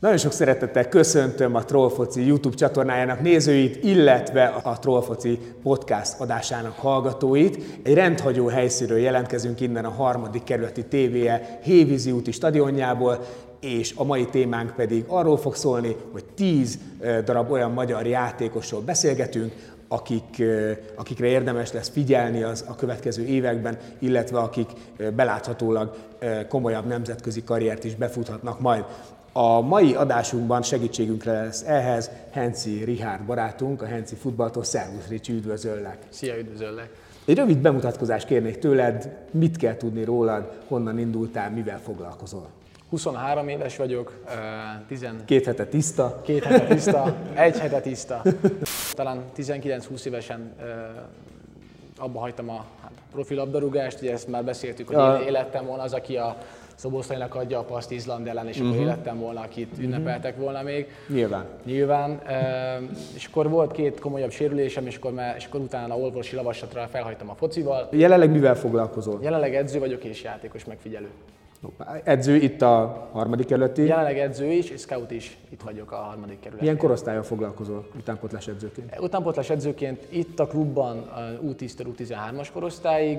Nagyon sok szeretettel köszöntöm a Trollfoci YouTube csatornájának nézőit, illetve a Trollfoci podcast adásának hallgatóit. Egy rendhagyó helyszínről jelentkezünk innen a 3. kerületi TVE Hévízi úti stadionjából, és a mai témánk pedig arról fog szólni, hogy 10 darab olyan magyar játékosról beszélgetünk, akikre érdemes lesz figyelni a következő években, illetve akik beláthatólag komolyabb nemzetközi karriert is befuthatnak majd. A mai adásunkban segítségünkre lesz ehhez Henczy Richárd barátunk, a Henczy Futballtól. Szervusz Ricsi, üdvözöllek! Szia, üdvözöllek! Egy rövid bemutatkozást kérnék tőled, mit kell tudni rólad, honnan indultál, mivel foglalkozol? 23 éves vagyok, 2 hete tiszta. 2 hete tiszta, 1 hete tiszta. Talán 19-20 évesen abba hagytam a profi labdarúgást, ugye ezt már beszéltük, hogy én élettem volna az, aki a Szoboszlainak adja a paszt Izland ellen, és akkor élettem volna, akit ünnepeltek volna még. Nyilván. És akkor volt 2 komolyabb sérülésem, és akkor utána orvosi lavaslatra felhagytam a focival. Jelenleg mivel foglalkozol? Jelenleg edző vagyok és játékos megfigyelő. Edző itt a 3. kerületi? Jelenleg edző is, és scout is itt vagyok a 3. kerületen. Milyen korosztályon foglalkozol utánpótlás edzőként? Utánpótlás edzőként itt a klubban U10-től U13-as korosztályig,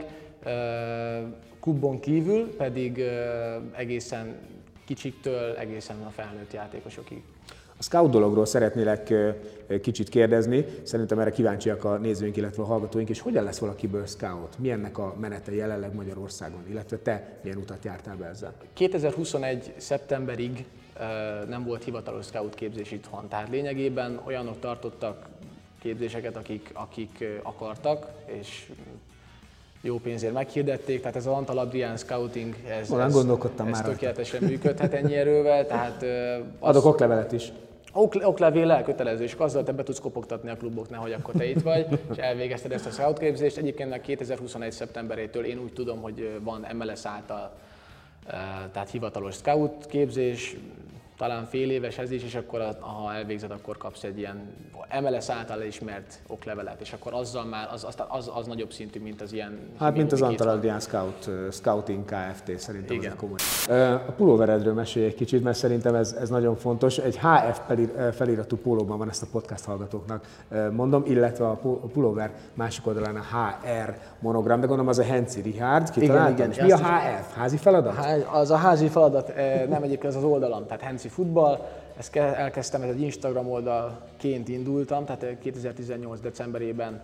klubon kívül pedig egészen kicsiktől egészen a felnőtt játékosokig. A scout dologról szeretnélek kicsit kérdezni, szerintem erre kíváncsiak a nézőink, illetve a hallgatóink, és hogyan lesz valakiből scout? Milyennek a menete jelenleg Magyarországon, illetve te milyen utat jártál be ezzel? 2021. szeptemberig nem volt hivatalos scout képzés itthon, tehát lényegében olyanok tartottak képzéseket, akik akartak, és jó pénzért meghirdették, tehát ez az Antal Adrián Scouting, ez tökéletesen működhet ennyi erővel. Tehát adok oklevelet is. Oklevéllel kötelező, és azzal te be tudsz kopogtatni a kluboknál, hogy akkor te itt vagy, és elvégezted ezt a scout képzést. Egyébként 2021. szeptemberétől én úgy tudom, hogy van MLS által, tehát hivatalos scout képzés, talán fél éves ez is, és akkor ha elvégzed, akkor kapsz egy ilyen MLS által ismert oklevelet, és akkor azzal már az nagyobb szintű, mint az ilyen... Hát mint az Antal Adrián Scouting Kft. Szerintem ez komoly. A pulóveredről mesélj egy kicsit, mert szerintem ez nagyon fontos. Egy HF feliratú pólóban van, ezt a podcast hallgatóknak mondom, illetve a pulóver másik oldalán a HR monogram, de gondolom az a Henczy Richárd. Igen. És mi a HF? Házi feladat? Az a házi feladat, nem egyébként az oldalam, tehát Henczy Futball. Ezt elkezdtem, ez egy Instagram oldalként indultam, tehát 2018. decemberében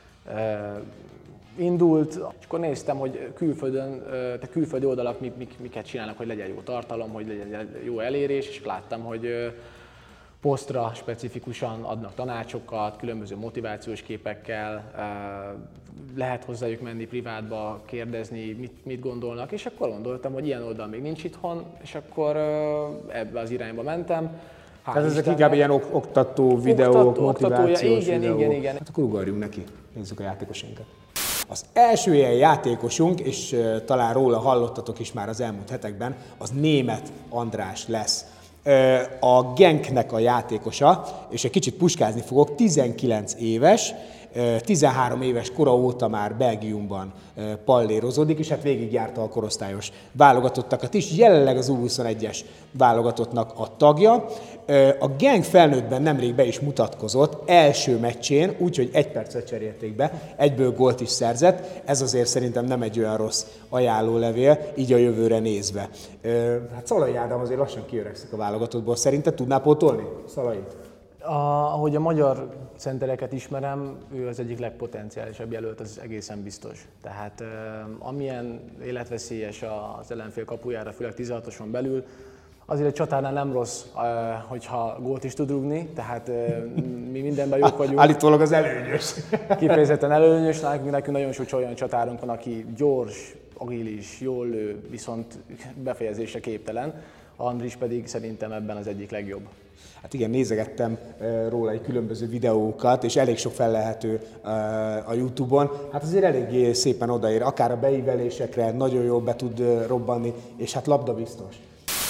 indult, és akkor néztem, hogy külföldi oldalak miket csinálnak, hogy legyen jó tartalom, hogy legyen jó elérés, és láttam, hogy posztra specifikusan adnak tanácsokat, különböző motivációs képekkel, lehet hozzájuk menni privátba, kérdezni, mit gondolnak, és akkor gondoltam, hogy ilyen oldal még nincs itthon, és akkor ebbe az irányba mentem. Tehát ezek inkább ilyen oktató videók, motivációs videók. Igen. Hát akkor ugorjunk neki, nézzük a játékosainkat. Az első ilyen játékosunk, és talán róla hallottatok is már az elmúlt hetekben, az Németh András lesz. A Genknek a játékosa, és egy kicsit puskázni fogok, 19 éves, 13 éves kora óta már Belgiumban pallérozódik, és hát végigjárta a korosztályos válogatottakat is, jelenleg az U21-es válogatottnak a tagja. A Genk felnőttben nemrég be is mutatkozott első meccsén, úgyhogy 1 percet cserélték be, egyből gólt is szerzett, ez azért szerintem nem egy olyan rossz ajánlólevél, így a jövőre nézve. Hát Szalai Ádám azért lassan kiöregszik a válogatottból, szerinted tudná pótolni Szalai? Ahogy a magyar centereket ismerem, ő az egyik legpotenciálisabb jelölt, az egészen biztos. Tehát amilyen életveszélyes az ellenfél kapujára, főleg 16-oson belül, azért egy csatárnál nem rossz, hogyha gólt is tud rúgni, tehát mi mindenben jók vagyunk. Állítólag az előnyös. Kifejezetten előnyös, nekünk nagyon sok olyan csatárunk van, aki gyors, agilis, jól lő, viszont befejezésre képtelen. Andris pedig szerintem ebben az egyik legjobb. Hát igen, nézegettem róla egy különböző videókat, és elég sok felelhető a YouTube-on. Hát azért eléggé szépen odaér, akár a beívelésekre, nagyon jól be tud robbanni, és hát labda biztos.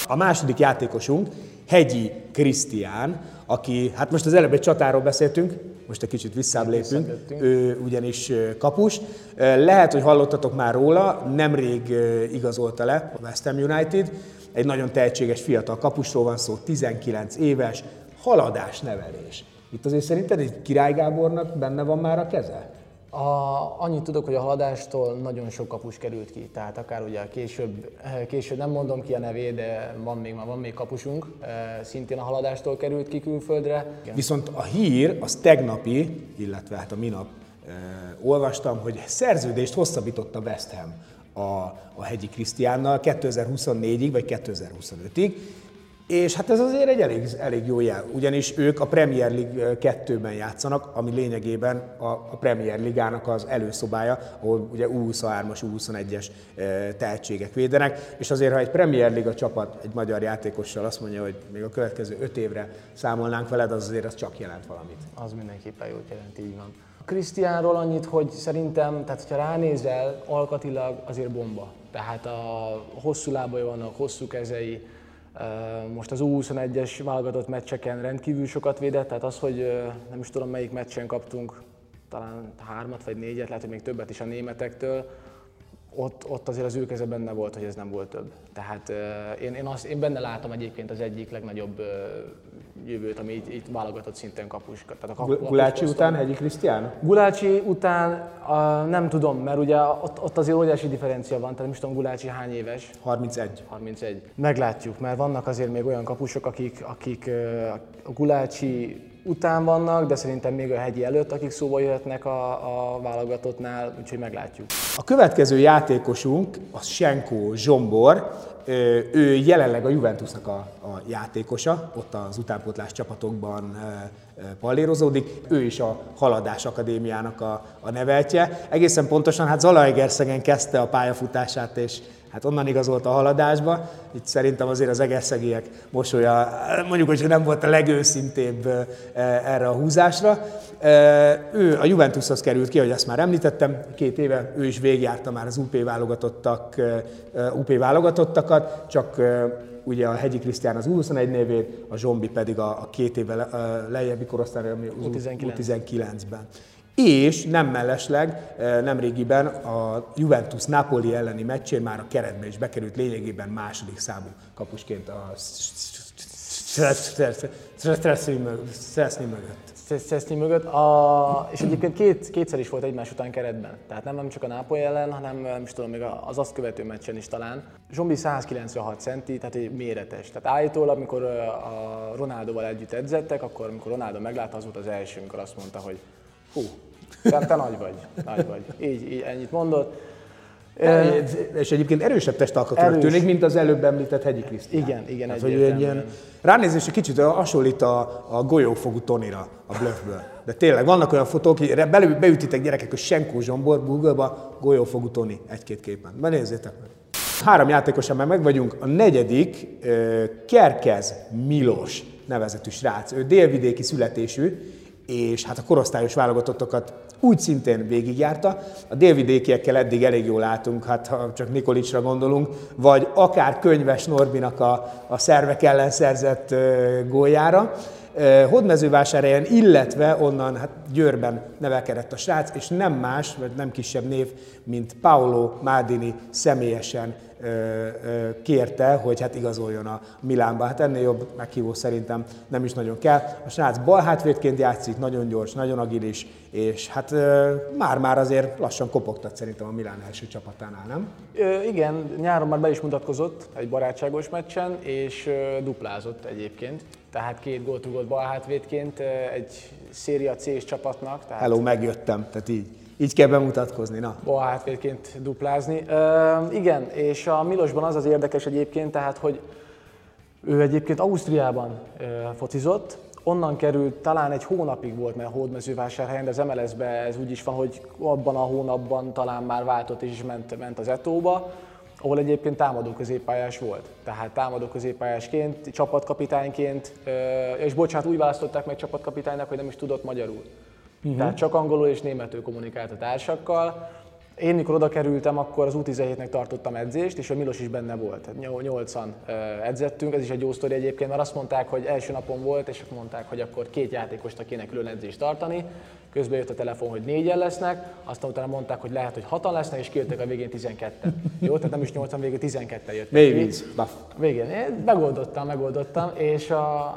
A második játékosunk Hegyi Krisztián, aki, hát most az előbb egy csatáról beszéltünk, most egy kicsit visszább lépünk, ő ugyanis kapus. Lehet, hogy hallottatok már róla, nemrég igazolta le a West Ham United. Egy nagyon tehetséges fiatal kapusról van szó, 19 éves, haladásnevelés. Itt azért szerinted egy Király Gábornak benne van már a keze? Annyit tudok, hogy a Haladástól nagyon sok kapus került ki, tehát akár ugye később nem mondom ki a nevét, de van még kapusunk, szintén a Haladástól került ki külföldre. Viszont a hír az tegnapi, illetve hát a minap olvastam, hogy szerződést hosszabbított a West Ham a Hegyi Krisztiánnal 2024-ig vagy 2025-ig, és hát ez azért egy elég jó jel, ugyanis ők a Premier League 2-ben játszanak, ami lényegében a Premier Ligának az előszobája, ahol ugye U23-as, U21-es tehetségek védenek, és azért, ha egy Premier Liga csapat egy magyar játékossal azt mondja, hogy még a következő 5 évre számolnánk veled, az azért az csak jelent valamit. Az mindenképpen jót jelent, így van. Krisztiánról annyit, hogy szerintem, tehát ha ránézel, alkatilag azért bomba. Tehát a hosszú lábai vannak, hosszú kezei, most az U21-es válogatott meccseken rendkívül sokat védett, tehát az, hogy nem is tudom melyik meccsen kaptunk, talán 3 vagy 4, lehet, hogy még többet is a németektől, ott azért az ő keze benne volt, hogy ez nem volt több. Tehát én benne látom egyébként az egyik legnagyobb jövőt, ami itt válogatott szinten kapus. Gulácsi után Hegyi Krisztián? Gulácsi után nem tudom, mert ugye ott azért óriási differencia van, tehát nem is tudom, Gulácsi hány éves? 31. 31. Meglátjuk, mert vannak azért még olyan kapusok, akik a Gulácsi után vannak, de szerintem még a Hegyi előtt, akik szóba jöhetnek a válogatottnál, úgyhogy meglátjuk. A következő játékosunk a Senko Zsombor, ő jelenleg a Juventusnak a játékosa, ott az utánpótlás csapatokban pallérozódik, ő is a Haladás Akadémiának a neveltje. Egészen pontosan hát Zalaegerszegen kezdte a pályafutását, és hát onnan igazolt a Haladásba. Itt szerintem azért az egerszegiek mosolya, mondjuk, hogy nem volt a legőszintébb erre a húzásra. Ő a Juventushoz került ki, ahogy azt már említettem, 2 éve ő is végigjárta már az UP válogatottakat, csak ugye a Hegyi Krisztián az U21 névét, a Zsombi pedig a 2 éve lejjebbi korosztályra, ami U19-ben. És nem mellesleg nemrégiben a Juventus Napoli elleni meccsén már a keretbe is bekerült, lényegében második számú kapusként a Szczesny mögött. És egyébként kétszer is volt egymás után keretben. Tehát nem csak a Napoli ellen, hanem nem is tudom, még az azt követő meccsen is talán. Zsombi 196 centi, tehát egy méretes. Tehát állítólag, amikor a Ronaldóval együtt edzettek, akkor amikor Ronaldo meglátta, az volt az első, amikor azt mondta, hogy hú, te nagy vagy. Így ennyit mondott. És egyébként erősebb testalkatúra tűnik, mint az előbb említett Hegyi Krisztián. Igen, hát, egyértelműen. Ránézésre kicsit hasonlít a golyófogú Tonira a Bluffből. De tényleg vannak olyan fotók, beütitek gyerekek, hogy Senko Zsombor Google-ba, golyófogú Toni, 1-2 képen. Benézzétek meg. 3 játékosan már meg vagyunk. A negyedik Kerkez Milos nevezetű srác. Ő délvidéki születésű, és hát a korosztályos válogatottokat úgy szintén végigjárta. A délvidékiekkel eddig elég jól álltunk, hát ha csak Nikolicsra gondolunk, vagy akár Könyves Norbinak a szervek ellen szerzett góljára. Hódmezővásárhelyen, illetve onnan hát Győrben nevelkedett a srác, és nem más, vagy nem kisebb név, mint Paolo Maldini személyesen kérte, hogy hát igazoljon a Milánba. Hát ennél jobb meghívó szerintem nem is nagyon kell. A srác balhátvédként játszik, nagyon gyors, nagyon agilis, és hát már azért lassan kopogtat szerintem a Milán első csapatánál, nem? Igen, nyáron már be is mutatkozott egy barátságos meccsen, és duplázott egyébként. Tehát 2 gólt rúgott balhátvédként egy széria C-s csapatnak. Tehát Hello, megjöttem, tehát így kell bemutatkozni, na. Balhátvédként duplázni. Igen, és a Milosban az érdekes egyébként, tehát, hogy ő egyébként Ausztriában focizott, onnan került, talán egy hónapig volt, mert a Hódmezővásárhelyen, de az MLS-be ez úgy is van, hogy abban a hónapban talán már váltott és ment az Etóba, ahol egyébként támadó középpályás volt. Tehát támadó középpályásként, csapatkapitányként, és bocsánat, úgy választották meg csapatkapitánynak, hogy nem is tudott magyarul. Tehát csak angolul és németül kommunikált a társakkal. Én mikor oda kerültem, akkor az U17-nek tartottam edzést, és a Milos is benne volt. 8-an edzettünk, ez is egy jó sztori egyébként, mert azt mondták, hogy első napon volt, és mondták, hogy akkor 2 játékosnak kéne külön edzést tartani. Közben jött a telefon, hogy 4-en lesznek, aztán utána mondták, hogy lehet, hogy 6-an lesznek, és kijöttek a végén 12. Jó, tehát nem is 8-an, végül 12-en jöttek. Végén, végén. Én megoldottam, és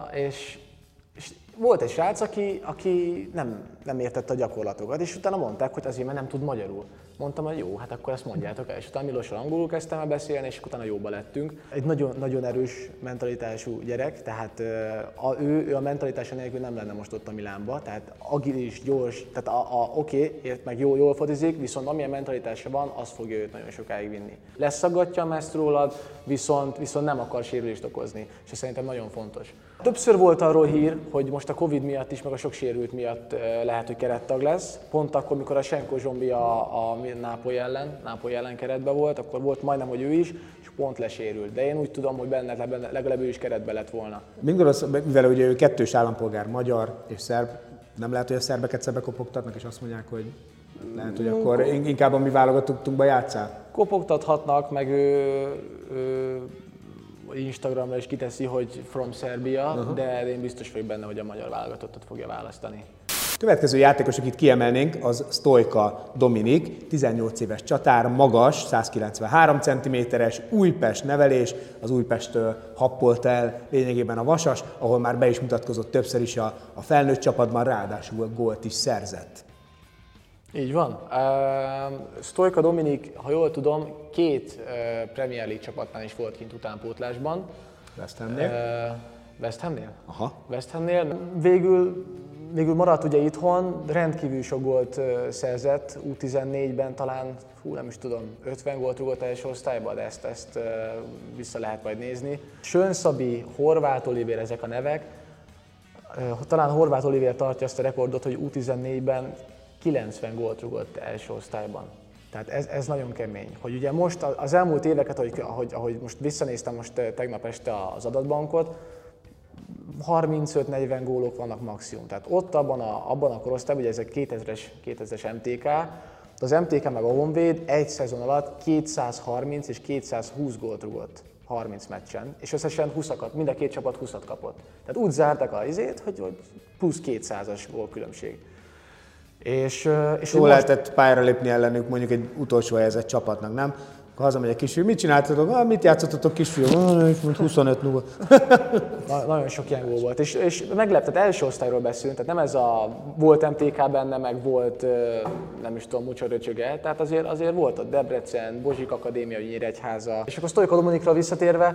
volt egy srác, aki nem értette a gyakorlatokat, és utána mondták, hogy azért, mert nem tud magyarul. Mondtam, hogy jó, hát akkor ezt mondjátok el, és utána Milossal angolul kezdtem el beszélni, és utána jóba lettünk. Egy nagyon, nagyon erős mentalitású gyerek, tehát ő a mentalitása nélkül nem lenne most ott a Milánba, tehát agilis, gyors, tehát oké, ért meg jól focizik, viszont amilyen mentalitása van, az fogja őt nagyon sokáig vinni. Leszaggatja ezt rólad, viszont nem akar sérülést okozni, és ez szerintem nagyon fontos. Többször volt arról hír, hogy most a Covid miatt is, meg a sok sérült miatt lehet, hogy kerettag lesz. Pont akkor, mikor a Senko Zsombi a Napoli ellen keretben volt, akkor volt majdnem, hogy ő is, és pont lesérült. De én úgy tudom, hogy benne legalább ő is keretben lett volna. Mit gondolsz, mivel ugye ő kettős állampolgár, magyar és szerb, nem lehet, hogy a szerbeket szembe kopogtatnak, és azt mondják, hogy lehet, hogy akkor inkább a mi válogatottunkba játsszál? Kopogtathatnak, meg ő Instagramra is kiteszi, hogy from Serbia, de én biztos vagyok benne, hogy a magyar válogatottat fogja választani. Következő játékos, akit kiemelnénk, az Stojka Dominik, 18 éves csatár, magas, 193 cm-es, Újpest nevelés, az Újpesttől happolt el lényegében a Vasas, ahol már be is mutatkozott többször is a felnőtt csapatban, ráadásul gólt is szerzett. Így van. Stojka Dominik, ha jól tudom, 2 Premier League csapatnál is volt kint utánpótlásban. West Hamnél? West Hamnél? Aha. West Hamnél. Végül maradt ugye itthon, rendkívül sok gólt szerzett, U14-ben talán, nem is tudom, 50 gólt rúgott első osztályba, de ezt vissza lehet majd nézni. Schön Szabi, Horváth Olivér, ezek a nevek. Talán Horváth Olivér tartja azt a rekordot, hogy U14-ben 90 gólt rúgott első osztályban. Tehát ez nagyon kemény. Hogy ugye most az elmúlt éveket, ahogy most visszanéztem most tegnap este az adatbankot, 35-40 gólok vannak maximum. Tehát ott abban a korosztályban, ugye ez egy 2000-es MTK, az MTK meg a Honvéd egy szezon alatt 230 és 220 gólt rúgott 30 meccsen, és összesen 20-akat, mind a 2 csapat 20-at kapott. Tehát úgy zártak a izét, hogy plusz 200-as gólkülönbség. És jól lehetett pályára lépni ellenük mondjuk egy utolsó helyezett csapatnak, nem? Akkor hazamegy egy kisfiú, mit csináltatok? Mit játszottatok kisfiú? 25-0. Nagyon sok ilyen gól volt, és meglepett, első osztályról beszélünk, tehát nem ez volt MTK benne, meg volt, nem is tudom, Mucsa Röcsöge, tehát azért volt a Debrecen, Bozsik Akadémia, Nyíregyháza. És akkor Stojka Dominikra visszatérve,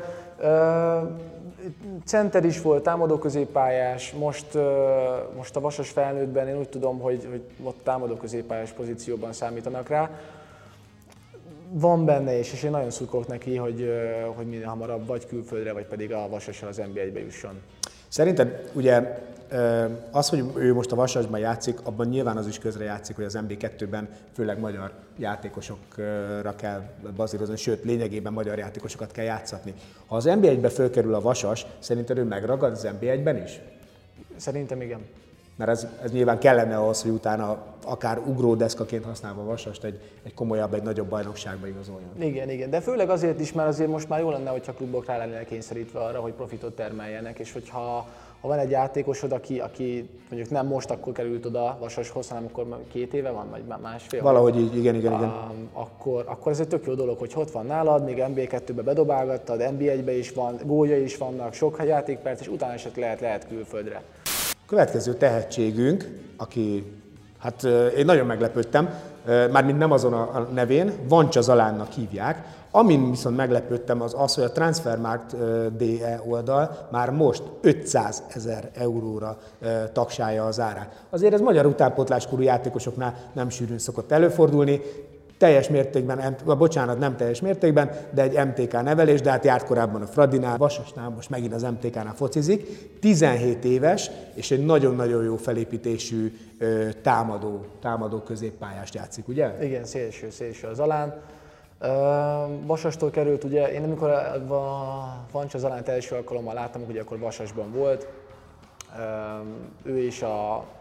center is volt, támadó középpályás, most a Vasas felnőttben én úgy tudom, hogy ott támadó középpályás pozícióban számítanak rá. Van benne és én nagyon szurkolok neki, hogy minél hamarabb vagy külföldre, vagy pedig a Vasassal az NB1-be jusson. Szerinted ugye az, hogy ő most a Vasasban játszik, abban nyilván az is közrejátszik, hogy az NB2-ben főleg magyar játékosokra kell bazírozni, sőt lényegében magyar játékosokat kell játszatni. Ha az NB1-be fölkerül a Vasas, szerinted ő megragad az NB1-ben is? Szerintem igen. Mert ez nyilván kellene ahhoz, hogy utána akár ugródeszkaként használva a Vasast egy komolyabb, egy nagyobb bajnokságba igazoljon. Igen, de főleg azért is, mert azért most már jó lenne, hogyha klubok rá lennének kényszerítve arra, hogy profitot termeljenek, és hogyha van egy játékosod, aki mondjuk nem most akkor került oda Vasashoz, hanem akkor 2 éve van, vagy másfél? Valahogy így, igen. Akkor ez egy tök jó dolog, hogy ott van nálad, még NB2-be bedobálgattad, NB1-be is van, gólja is vannak, sok játékperc, és utána esetleg lehet külföldre. Következő tehetségünk, aki, hát én nagyon meglepődtem, mármint nem azon a nevén, Vancsa Zalánnak hívják. Amin viszont meglepődtem az, hogy a Transfermarkt.de oldal már most 500 000 euróra tagsálja az árát. Azért ez magyar utánpótláskorú játékosoknál nem sűrűn szokott előfordulni. Teljes mértékben, nem teljes mértékben, de egy MTK nevelés, de hát járt korábban a Fradinál, Vasasnál, most megint az MTK-nál focizik. 17 éves, és egy nagyon-nagyon jó felépítésű támadó középpályást játszik, ugye? Igen, szélső az Zalán. Vasastól került, ugye, én amikor Vancsa Zalánt első alkalommal láttam, ugye akkor Vasasban volt. Ő is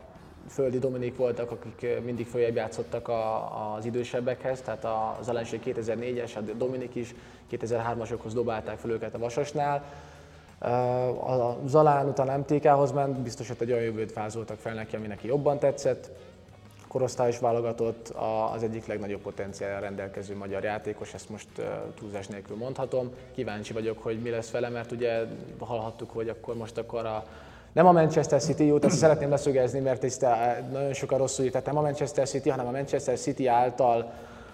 Földi Dominik voltak, akik mindig följebb játszottak az idősebbekhez, tehát a Zalán 2004-es, a Dominik is 2003-asokhoz dobálták fel őket a Vasasnál. A Zalán utána MTK-hoz ment, biztos, hogy egy olyan jövőt vázoltak fel neki, ami neki jobban tetszett. Korosztályos válogatott, az egyik legnagyobb potenciállal rendelkező magyar játékos, ezt most túlzás nélkül mondhatom. Kíváncsi vagyok, hogy mi lesz vele, mert ugye hallhattuk, hogy akkor nem a Manchester City jut, ezt szeretném leszögezni, mert ezt nagyon sokan rosszul írt, tehát nem a Manchester City, hanem a Manchester City által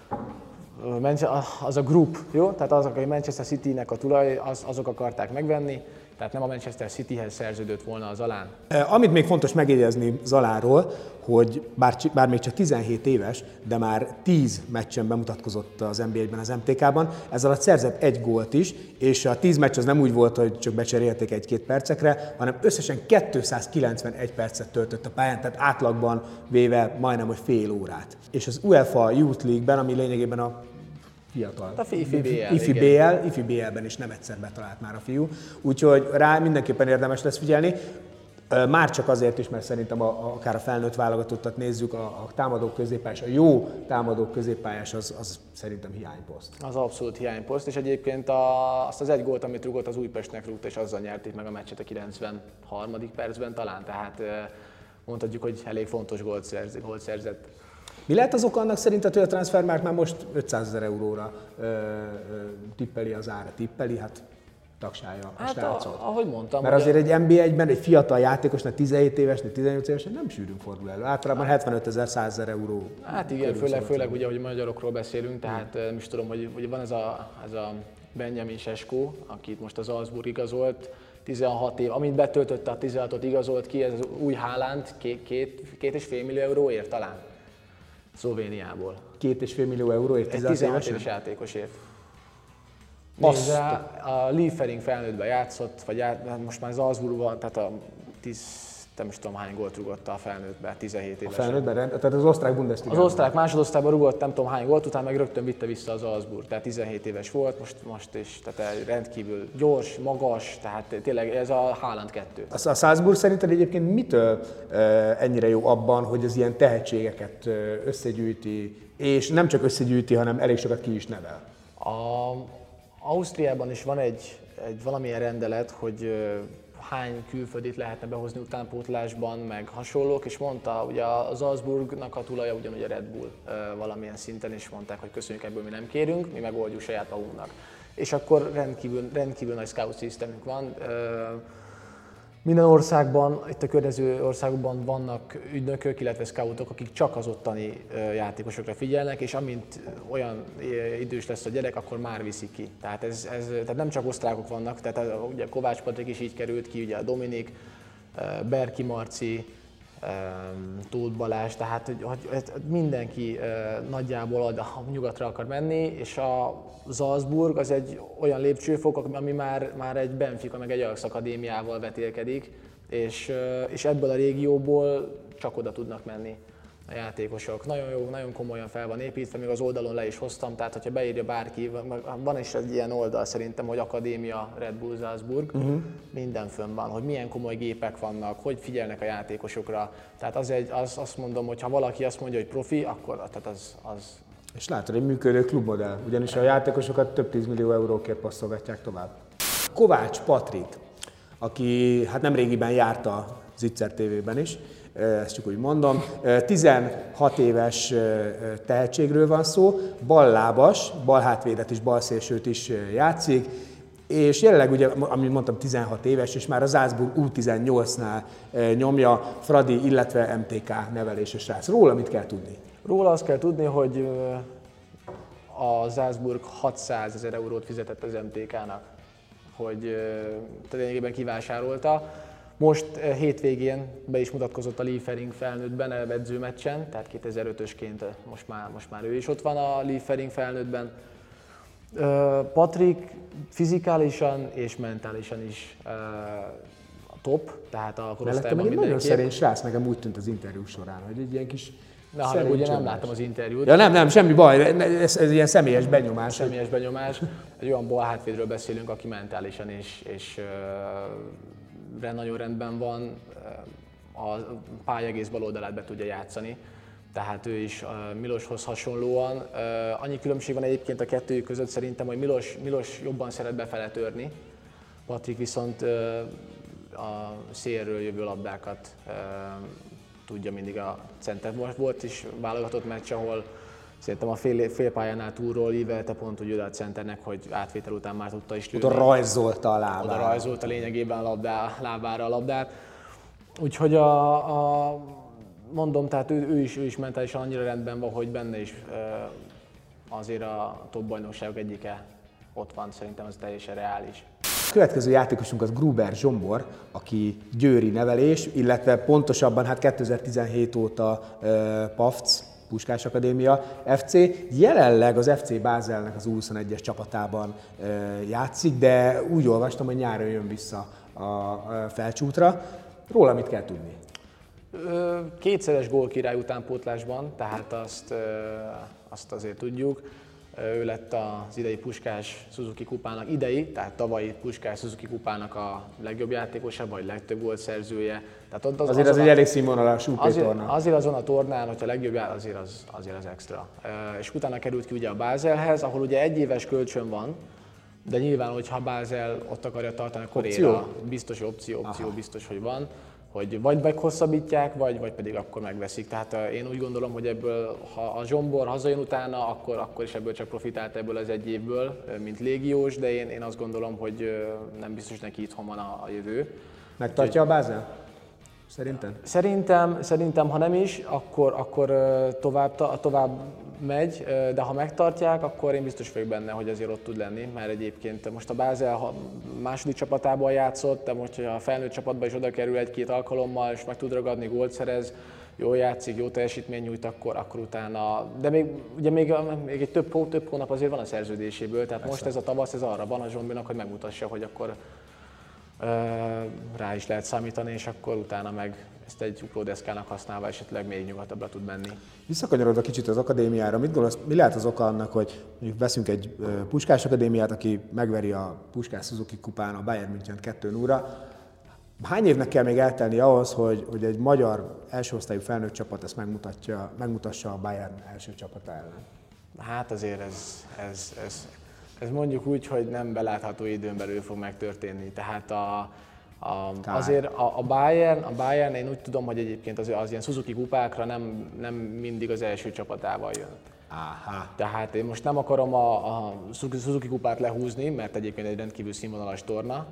az a group, jó? Tehát azok, a Manchester City-nek a tulaj, azok akarták megvenni, tehát nem a Manchester Cityhez szerződött volna a Zalán. Amit még fontos megjegyezni Zalánról, hogy bár még csak 17 éves, de már 10 meccsen bemutatkozott az NBA-ben, az MTK-ban, ez alatt szerzett 1 gólt is, és a 10 meccs az nem úgy volt, hogy csak becserélték 1-2 percekre, hanem összesen 291 percet töltött a pályán, tehát átlagban véve majdnem, hogy fél órát. És az UEFA Youth League-ben, ami lényegében a fiatal. A IFI BL-ben is nem egyszer betalált már a fiú, úgyhogy rá mindenképpen érdemes lesz figyelni. Már csak azért is, mert szerintem akár a felnőtt válogatottat nézzük, a támadók középpályás, a jó támadók középpályás az szerintem hiányposzt. Az abszolút hiányposzt, és egyébként azt az 1 gólt, amit rúgott, az Újpestnek rúgta, és azzal nyerték meg a meccset a 93. percben talán, tehát mondhatjuk, hogy elég fontos gólt szerzett. Mi lehet az oka annak szerinted, hogy a Transfermarkt már most 500 000 euróra tippeli az ára? Hát tagsálja a srácot. Ahogy mondtam. Mert azért egy NB1-ben egy fiatal játékosnak, 17 évesnek, 18 évesnek nem sűrűn fordul elő. Általában 75 000, 100 000 euró. Hát igen, főleg ugye, hogy magyarokról beszélünk, tehát nem is tudom, hogy van ez a Benjamin Sesko, akit most az Salzburg igazolt, 16 év, amit betöltötte a 16-ot igazolt ki, ez az új Haaland 2,5 millió euróért talán. Szlovéniából. 2,5 millió euróért 16 éves játékosért. Nézze, a Liefering felnőttben játszott, most már Salzburgban, tehát nem is tudom hány gólt rúgott a felnőttben, 17 évesen. A felnőttben, tehát az osztrák Bundesliga. Az osztrák másodosztályban rúgott nem tudom hány gólt, utána meg rögtön vitte vissza az Salzburg, tehát 17 éves volt, most is, tehát rendkívül gyors, magas, tehát tényleg ez a Haaland 2. A Salzburg szerinted egyébként mitől ennyire jó abban, hogy az ilyen tehetségeket összegyűjti, és nem csak összegyűjti, hanem elég sokat ki is nevel? Ausztriában is van egy valamilyen rendelet, hogy hány külföldit lehetne behozni utánpótlásban, meg hasonlók, és mondta, ugye az Salzburgnak a tulaja ugyanúgy a Red Bull valamilyen szinten, és mondták, hogy köszönjük, ebből mi nem kérünk, mi megoldjuk saját magunknak. És akkor rendkívül nagy scout systemünk van. Minden országban, itt a környező országokban vannak ügynökök, illetve scoutok, akik csak az ottani játékosokra figyelnek, és amint olyan idős lesz a gyerek, akkor már viszik ki. Tehát nem csak osztrákok vannak, tehát ugye Kovács Patrik is így került ki, ugye a Dominik, Berki Marci, Tóth Balázs, tehát hogy mindenki nagyjából nyugatra akar menni, és a Salzburg az egy olyan lépcsőfok, ami már egy Benfica meg egy Ajax akadémiával vetélkedik, és ebből a régióból csak oda tudnak menni a játékosok. Nagyon jó, nagyon komolyan fel van építve, még az oldalon le is hoztam, tehát hogyha beírja bárki, van is egy ilyen oldal szerintem, hogy Akadémia Red Bull Salzburg, minden fönn van, hogy milyen komoly gépek vannak, hogy figyelnek a játékosokra. Tehát azt mondom, hogy ha valaki azt mondja, hogy profi, akkor tehát az és látod, egy működő klubmodell, ugyanis a játékosokat több 10 millió eurókért passzolgatják tovább. Kovács Patrik, aki hát nemrégiben járt a Zicser TV-ben is, ezt csak úgy mondom, 16 éves tehetségről van szó, ballábas, balhátvédet és balszélsőt is játszik, és jelenleg ugye, amit mondtam, 16 éves, és már a Salzburg U18-nál nyomja Fradi, illetve MTK neveléses srác. Róla mit kell tudni? Róla azt kell tudni, hogy a Salzburg 600 000 eurót fizetett az MTK-nak, hogy lényegében kivásárolta. Most hétvégén be is mutatkozott a Liefering felnőttben a edzőmeccsen, tehát 2005-ösként most már ő is ott van a Liefering felnőttben. Patrik fizikálisan és mentálisan is a top, tehát a korosztályban mindenképp. Nagyon szerény srác, nekem úgy tűnt az interjú során, hogy egy ilyen kis ugye nem láttam az interjút. Ja nem, semmi baj, ez ilyen személyes benyomás. Személyes benyomás. Egy olyan balhátvédről beszélünk, aki mentálisan és nagyon rendben van. a pálya egész bal oldalát be tudja játszani. Tehát ő is Miloshoz hasonlóan. Annyi különbség van egyébként a kettőjük között szerintem, hogy Milos jobban szeret befele törni, Patrik viszont a szélről jövő labdákat tudja mindig a center. Most volt is válogatott meccs, ahol szerintem a félpályánál túlról ívelte pont úgy oda a centernek, hogy átvétel után már tudta is lőni. Oda rajzolta a lábára. Oda rajzolta lényegében a lábára a labdát. Úgyhogy mondom, tehát ő is mentálisan annyira rendben van, hogy benne is azért a top bajnokságok egyike ott van, szerintem ez teljesen reális. A következő játékosunk az Gruber Zsombor, aki győri nevelés, illetve pontosabban hát 2017 óta PAFC, Puskás Akadémia FC. Jelenleg az FC Bázelnek az U21-es csapatában játszik, de úgy olvastam, hogy nyáron jön vissza a Felcsútra. Róla mit kell tudni? Kétszeres gólkirály utánpótlásban, tehát azt azért tudjuk. Ő lett az idei Puskás Suzuki kupának, tehát tavalyi Puskás Suzuki kupának a legjobb játékosa, vagy legtöbb gólt szerzője. Tehát azért az egy elég színvonalas torna. Azért azon a tornán, hogyha a legjobb azért az extra. És utána került ki ugye a Bázelhez, ahol ugye egyéves kölcsön van, de nyilván, hogyha Bázel ott akarja tartani, akkor ér a biztos opció biztos, hogy van, hogy vagy meghosszabbítják, vagy pedig akkor megveszik. Tehát én úgy gondolom, hogy ebből, ha a Zsombor hazajön utána, akkor is ebből csak profitált ebből az egy évből, mint légiós, de én azt gondolom, hogy nem biztos neki itthon van a jövő. Megtartja a Bázel? Szerinted? Szerintem, ha nem is, akkor tovább megy, de ha megtartják, akkor én biztos vagyok benne, hogy azért ott tud lenni, mert egyébként most a Bázel második csapatában játszott, de most, hogyha a felnőtt csapatba is oda kerül egy-két alkalommal, és meg tud ragadni, gólt szerez, jól játszik, jó teljesítmény nyújt, akkor utána, de még egy több hónap azért van a szerződéséből, tehát most ez a tavasz, ez arra van a Zsombinak, hogy megmutassa, hogy akkor rá is lehet számítani, és akkor utána meg ezt egy uglódeszkának használva esetleg még nyugatabbra tud menni. Visszakanyarodva kicsit az akadémiára, mit gondolsz, mi lehet az oka annak, hogy mondjuk veszünk egy Puskás Akadémiát, aki megveri a Puskás Suzuki kupán a Bayern München 2-0-ra. Hány évnek kell még eltelni ahhoz, hogy egy magyar elsőosztályú felnőtt csapat ezt megmutassa a Bayern első csapata ellen? Hát azért ez mondjuk úgy, hogy nem belátható időn belül fog megtörténni. Tehát azért a Bayern, én úgy tudom, hogy egyébként az ilyen Suzuki kupákra nem mindig az első csapatával jön. Aha. Tehát én most nem akarom a Suzuki kupát lehúzni, mert egyébként egy rendkívül színvonalas torna.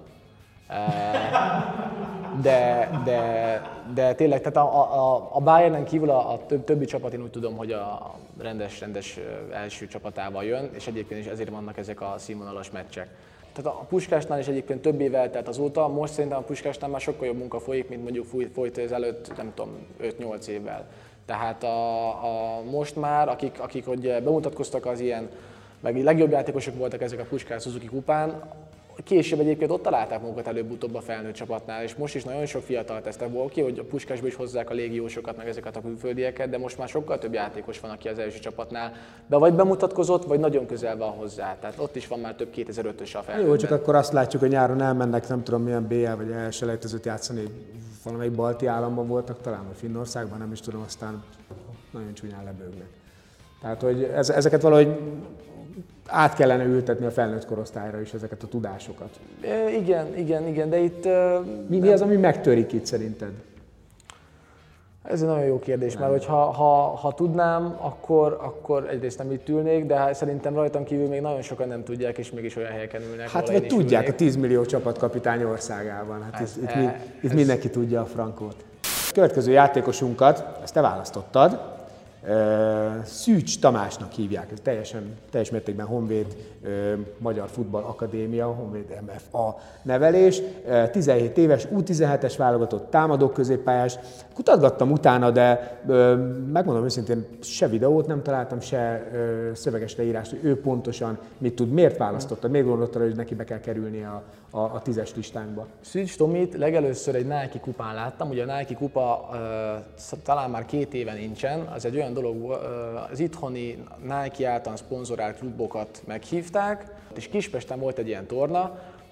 De tényleg, tehát a Bayernen kívül a többi csapat én úgy tudom, hogy a rendes első csapatával jön, és egyébként is ezért vannak ezek a színvonalas meccsek. Tehát a Puskásnál is egyébként több év eltelt azóta, most szerintem a Puskásnál már sokkal jobb munka folyik, mint mondjuk folyt ezelőtt, nem tudom, 5-8 évvel. Tehát most már, akik hogy bemutatkoztak az ilyen, meg legjobb játékosok voltak ezek a Puskás Suzuki kupán, később egyébként ott találták magukat előbb-utóbb a felnőtt csapatnál, és most is nagyon sok fiatal tesztek volt ki, hogy a Puskásba is hozzák a légiósokat, meg ezeket a külföldieket, de most már sokkal több játékos van, aki az első csapatnál vagy bemutatkozott, vagy nagyon közel van hozzá. Tehát ott is van már több 2005-ös a felnőttben. Jó, csak akkor azt látjuk, hogy nyáron elmennek, nem tudom milyen BL vagy elselejtezőt játszani, valamelyik balti államban voltak, talán vagy Finnországban, nem is tudom, aztán nagyon csúnyán lebőgnek. Tehát, hogy ezeket valahogy át kellene ültetni a felnőtt korosztályra is ezeket a tudásokat. Igen, de itt... Mi az, ami megtörik itt szerinted? Ez egy nagyon jó kérdés, mert hogy ha tudnám, akkor egyrészt nem itt ülnék, de szerintem rajtam kívül még nagyon sokan nem tudják, és mégis olyan helyeken ülnek. Hát vagy tudják a 10 millió csapatkapitány országában. Hát itt mindenki tudja a frankót. A következő játékosunkat, ezt te választottad, Szűcs Tamásnak hívják, ez teljes mértékben Honvéd Magyar Futball Akadémia, Honvéd MFA nevelés, 17 éves, U17-es válogatott támadó középpályás. Kutatgattam utána, de megmondom őszintén, se videót nem találtam, se szöveges leírást, hogy ő pontosan mit tud, miért választotta, miért gondoltad, hogy neki be kell kerülni a 10-es listánkba. Szűcs Tomit legelőször egy Nike kupán láttam, ugye a Nike kupa talán már 2 éve nincsen, az egy olyan dolog, az itthoni Nike által szponzorált klubokat meghívták, és Kispesten volt egy ilyen torna,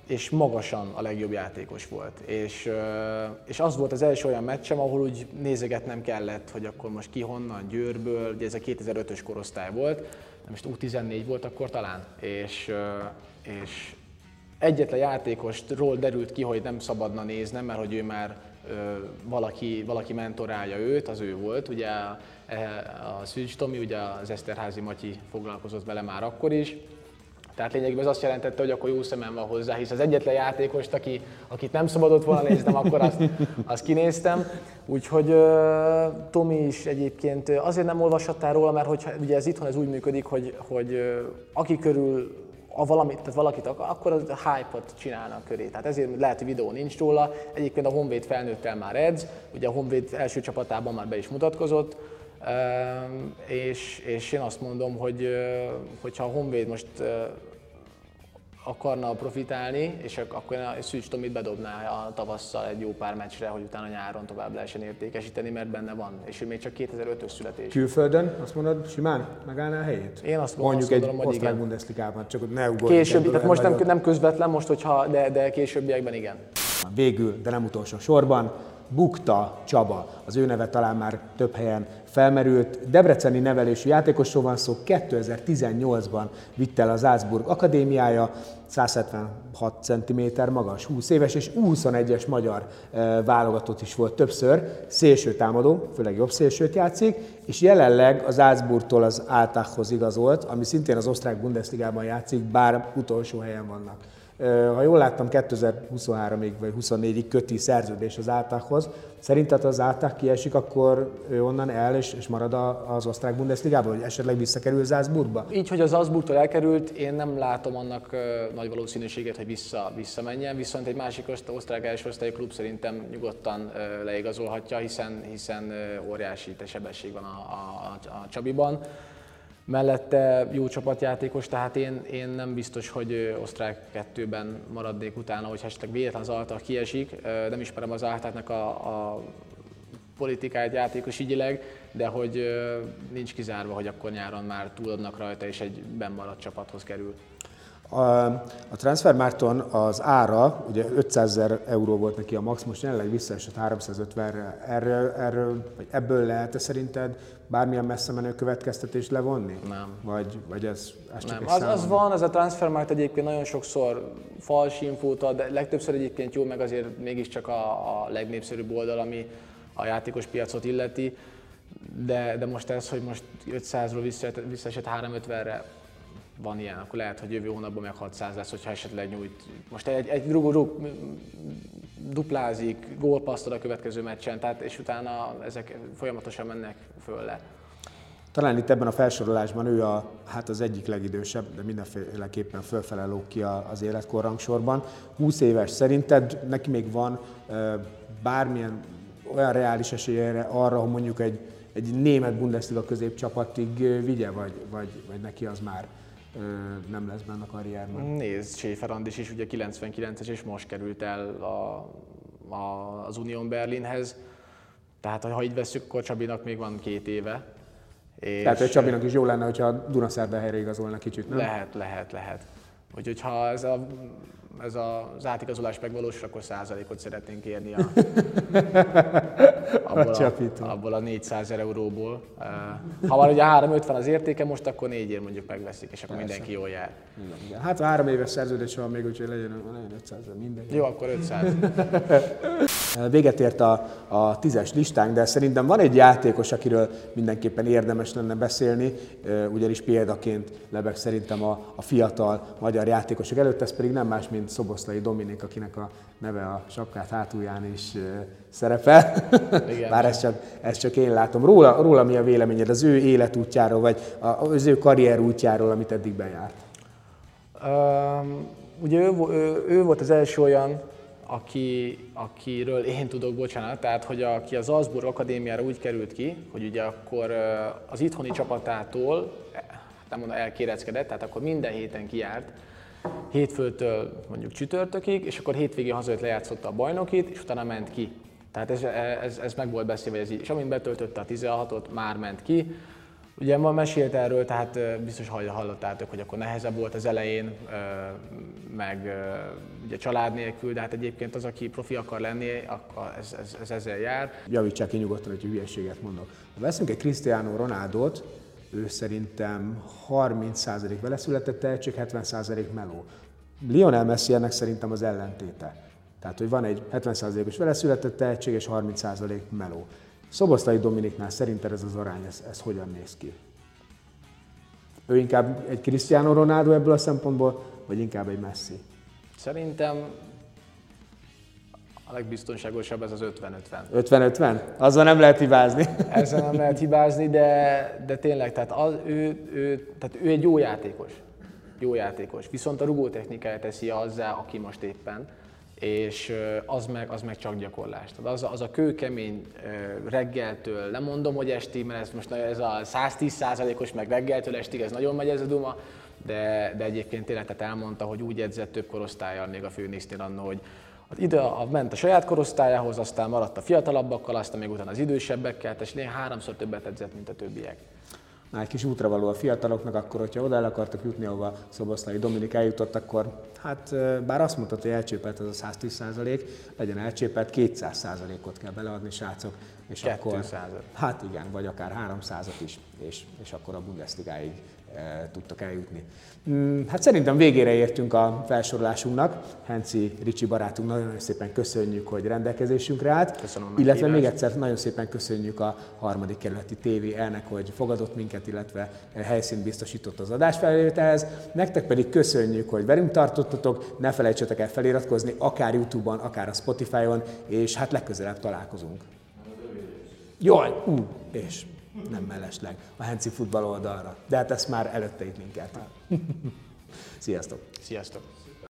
és magasan a legjobb játékos volt. És az volt az első olyan meccsem, ahol úgy nézegetnem kellett, hogy akkor most ki honnan, Győrből, ugye ez a 2005-ös korosztály volt, nem is U14 volt akkor talán, és egyetlen játékosról derült ki, hogy nem szabadna néznem, mert hogy ő már valaki mentorálja őt, az ő volt, ugye a Szűcs Tomi, ugye az Eszterházy Matyi foglalkozott vele már akkor is. Tehát lényegében ez azt jelentette, hogy akkor jó szemem van hozzá, hisz az egyetlen játékost, akit nem szabadott volna néznem, akkor azt kinéztem. Úgyhogy Tomi is egyébként azért nem olvashattál róla, mert hogy ugye ez itthon ez úgy működik, hogy aki körül tehát valakit akar, akkor az hype-ot csinálnak köré. Tehát ezért lehet, hogy videó nincs róla. Egyébként a Honvéd felnőttel már edz, ugye a Honvéd első csapatában már be is mutatkozott. És én azt mondom, hogy ha a Honvéd most akarna profitálni, és akkor a Szűcs Tomit bedobná a tavasszal egy jó pár meccsre, hogy utána nyáron tovább lehessen értékesíteni, mert benne van, és ő még csak 2005-ös születés. Külföldön azt mondod, simán megállná a helyét? Én azt mondjuk gondolom, egy hogy osztrák igen. Bundesligában, csak ne ugorjunk. Később, tehát most nem közvetlen, most, de későbbiekben igen. Végül, de nem utolsó sorban, Bukta Csaba, az ő neve talán már több helyen felmerült. Debreceni nevelésű játékosról van szó, 2018-ban vitte el a Salzburg akadémiája, 176 cm magas, 20 éves, és U21-es magyar válogatott is volt többször, szélsőtámadó, főleg jobb szélsőt játszik, és jelenleg az Salzburgtól az Altachhoz igazolt, ami szintén az osztrák Bundesligában játszik, bár utolsó helyen vannak. Ha jól láttam, 2023-ig vagy 24-ig köti szerződés az Altachhoz. Szerinted az Altach kiesik, akkor ő onnan el és marad az osztrák Bundesligában, vagy esetleg visszakerül Salzburgba? Így, hogy az Salzburgtól elkerült, én nem látom annak nagy valószínűséget, hogy visszamenjen, viszont egy másik osztrák első osztályú klub szerintem nyugodtan leigazolhatja, hiszen óriási sebesség van a Csabiban. Mellette jó csapatjátékos, tehát én nem biztos, hogy osztrák 2-ben maradnék utána, hogy esetleg véletlen az Altach kiesik. Nem ismerem az Altachnak a politikáját játékosügyileg, de hogy nincs kizárva, hogy akkor nyáron már túladnak rajta és egy bennmaradt csapathoz kerül. A Transfermarkton az ára, ugye 500 000 euró volt neki a max, most jelenleg visszaesett 350-re. Ebből lehet szerinted bármilyen messze menő következtetést levonni? Nem. Vagy ez csak nem. Az van, ez a Transfermarkt egyébként nagyon sokszor fals infót ad, de legtöbbször egyébként jó, meg azért mégiscsak a legnépszerűbb oldal, ami a játékos piacot illeti. De most ez, hogy most 500-ról visszaesett 350-re, van ilyen, akkor lehet, hogy jövő hónapban meg 600 lesz, hogyha esetleg nyújt. Most egy duplázik, gólpasszol a következő meccsen, tehát, és utána ezek folyamatosan mennek föl le. Talán itt ebben a felsorolásban ő az egyik legidősebb, de mindenféleképpen fölfele lóg ki az életkorrangsorban. 20 éves, szerinted neki még van bármilyen olyan reális esélye arra, hogy mondjuk egy német Bundesliga középcsapatig vigye, vagy neki az már nem lesz benne a karrierben? Nézd, Schäfer Andis is ugye 99-es, és most került el az Union Berlinhez. Tehát ha így vesszük, akkor Csabinak még van 2 éve. Tehát, hogy Csabinak is jó lenne, hogyha a Dunaszerben igazolna kicsit, nem? Lehet. Úgyhogy ha ez az átigazolás megvalósul, akkor százalékot szeretnénk érni abból a 400 000 euróból. Ha már ugye 350 az értéke most, akkor 4-ért mondjuk megveszik, és akkor mindenki jól jár. Igen. Hát 3 éves szerződés van még, úgyhogy legyen 500 000 mindegy. Jó, akkor 500. Véget ért a 10-es listánk, de szerintem van egy játékos, akiről mindenképpen érdemes lenne beszélni, ugyanis példaként lebeg szerintem a fiatal magyar játékosok előtt, ez pedig nem más, mint Szoboszlai Dominik, akinek a neve a sapkát hátulján is szerepel. Igen. Bár ezt csak én látom. Róla mi a véleményed az ő életútjáról, vagy az ő karrierútjáról, amit eddig bejárt? Ugye ő volt az első olyan, akiről én tudok, bocsánat, tehát hogy aki az Salzburg akadémiára úgy került ki, hogy ugye akkor az itthoni csapatától, nem mondom, elkéreckedett, tehát akkor minden héten kijárt, hétfőtől mondjuk csütörtökig, és akkor hétvégén hazajött, lejátszotta a bajnokit, és utána ment ki. Tehát ez meg volt beszélve, és amint betöltötte a 16-ot, már ment ki. Ugye ma mesélt erről, tehát biztos hallottátok, hogy akkor nehezebb volt az elején, meg ugye család nélkül, de hát egyébként az, aki profi akar lenni, akkor ez ezzel jár. Javítsák ki nyugodtan, hogy hülyeséget mondok. Ha veszünk egy Cristiano Ronaldot, ő szerintem 30% vele született tehetség, 70% meló. Lionel Messi ennek szerintem az ellentéte. Tehát, hogy van egy 70%-os vele született tehetség és 30% meló. Szoboszlai Dominiknál szerinted ez az arány, ez hogyan néz ki? Ő inkább egy Cristiano Ronaldo ebből a szempontból, vagy inkább egy Messi? Szerintem a legbiztonságosabb ez az 50-50. 50-50? Azzal nem lehet hibázni. Ezzel nem lehet hibázni, de tényleg, tehát ő egy jó játékos. Jó játékos. Viszont a rugótechnikája teszi azzá, aki most éppen, és az meg csak gyakorlás. Tehát az a kőkemény reggeltől, nem mondom, hogy estig, mert ez most ez a 110%-os, meg reggeltől estig, ez nagyon megy ez a duma, de egyébként tényleg tehát elmondta, hogy úgy edzett több korosztállyal még a Főnisznél annó, hogy ide ment a saját korosztályához, aztán maradt a fiatalabbakkal, aztán még utána az idősebbekkel, tehát lényeg 3-szor többet edzett, mint a többiek. Már egy kis útravaló a fiataloknak, akkor, hogyha oda el akartak jutni, ahova Szoboszlai Dominik eljutott, akkor hát bár azt mondtad, hogy elcsépelt az a 110%, legyen elcsépelt, 200%-ot kell beleadni, srácok, és 200. akkor, hát igen, vagy akár 300-at is, és akkor a Bundesligáig tudtak eljutni. Hát szerintem végére értünk a felsorolásunknak. Henci Ricsi barátunk, nagyon szépen köszönjük, hogy rendelkezésünkre állt. Köszönöm, illetve még egyszer nagyon szépen köszönjük a harmadik kerületi TVE-nek, hogy fogadott minket, illetve helyszínt biztosított az adásfelvételhez. Nektek pedig köszönjük, hogy velünk tartottatok, ne felejtsetek el feliratkozni, akár YouTube-on, akár a Spotify-on, és hát legközelebb találkozunk. Jaj, és nem mellesleg a Henci futball oldalra, de hát ezt már előtte itt minket. Sziasztok! Sziasztok!